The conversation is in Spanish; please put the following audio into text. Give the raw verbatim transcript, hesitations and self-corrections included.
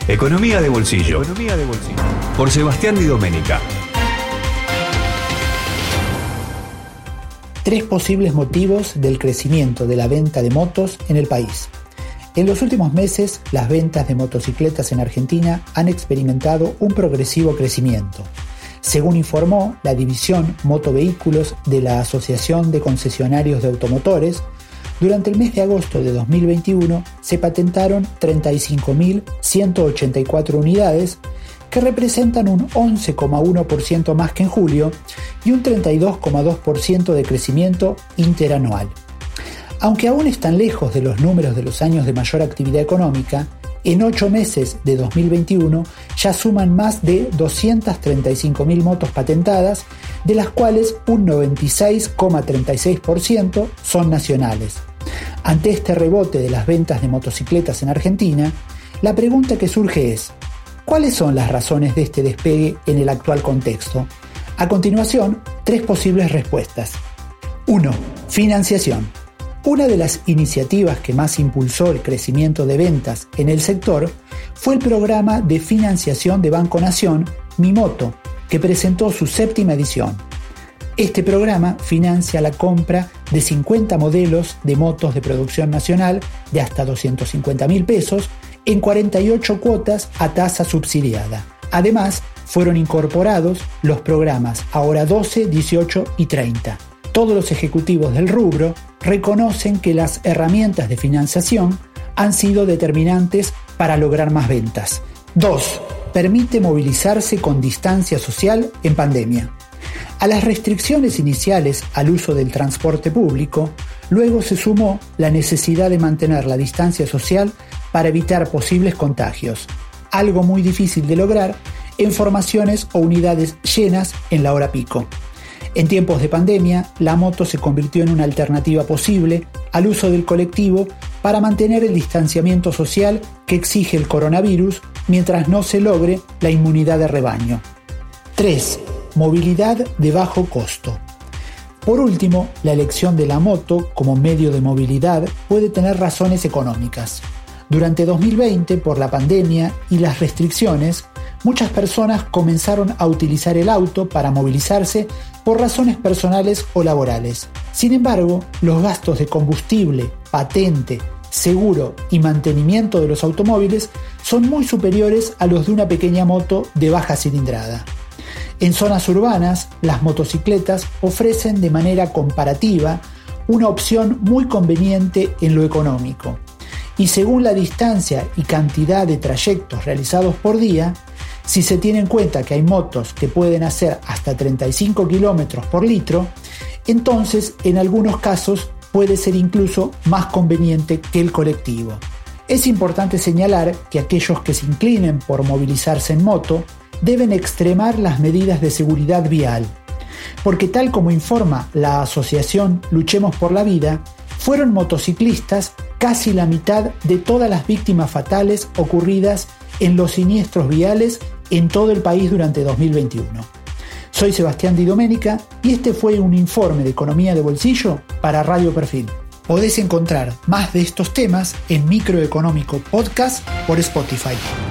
Economía de bolsillo. Economía de bolsillo. Por Sebastián Di Domenica. Tres posibles motivos del crecimiento de la venta de motos en el país. En los últimos meses, las ventas de motocicletas en Argentina han experimentado un progresivo crecimiento. Según informó la división Motovehículos de la Asociación de Concesionarios de Automotores, durante el mes de agosto de dos mil veintiuno se patentaron treinta y cinco mil ciento ochenta y cuatro unidades, que representan un once coma uno por ciento más que en julio y un treinta y dos coma dos por ciento de crecimiento interanual. Aunque aún están lejos de los números de los años de mayor actividad económica, en ocho meses de dos mil veintiuno ya suman más de doscientas treinta y cinco mil motos patentadas, de las cuales un noventa y seis coma treinta y seis por ciento son nacionales. Ante este rebote de las ventas de motocicletas en Argentina, la pregunta que surge es: ¿cuáles son las razones de este despegue en el actual contexto? A continuación, tres posibles respuestas. uno. Financiación. Una de las iniciativas que más impulsó el crecimiento de ventas en el sector fue el programa de financiación de Banco Nación, Mi Moto, que presentó su séptima edición. Este programa financia la compra de cincuenta modelos de motos de producción nacional de hasta doscientos cincuenta mil pesos en cuarenta y ocho cuotas a tasa subsidiada. Además, fueron incorporados los programas Ahora doce, dieciocho y treinta. Todos los ejecutivos del rubro reconocen que las herramientas de financiación han sido determinantes para lograr más ventas. dos. Permite movilizarse con distancia social en pandemia. A las restricciones iniciales al uso del transporte público, luego se sumó la necesidad de mantener la distancia social para evitar posibles contagios, algo muy difícil de lograr en formaciones o unidades llenas en la hora pico. En tiempos de pandemia, la moto se convirtió en una alternativa posible al uso del colectivo para mantener el distanciamiento social que exige el coronavirus mientras no se logre la inmunidad de rebaño. tres. Movilidad de bajo costo. Por último, la elección de la moto como medio de movilidad puede tener razones económicas. Durante dos mil veinte, por la pandemia y las restricciones, muchas personas comenzaron a utilizar el auto para movilizarse por razones personales o laborales. Sin embargo, los gastos de combustible, patente, seguro y mantenimiento de los automóviles son muy superiores a los de una pequeña moto de baja cilindrada. En zonas urbanas, las motocicletas ofrecen de manera comparativa una opción muy conveniente en lo económico. Y según la distancia y cantidad de trayectos realizados por día, si se tiene en cuenta que hay motos que pueden hacer hasta treinta y cinco kilómetros por litro, entonces en algunos casos puede ser incluso más conveniente que el colectivo. Es importante señalar que aquellos que se inclinen por movilizarse en moto deben extremar las medidas de seguridad vial, porque tal como informa la asociación Luchemos por la Vida, fueron motociclistas casi la mitad de todas las víctimas fatales ocurridas en los siniestros viales en todo el país durante dos mil veintiuno. Soy Sebastián Di Domenica y este fue un informe de Economía de Bolsillo para Radio Perfil. Podés encontrar más de estos temas en Microeconómico Podcast por Spotify.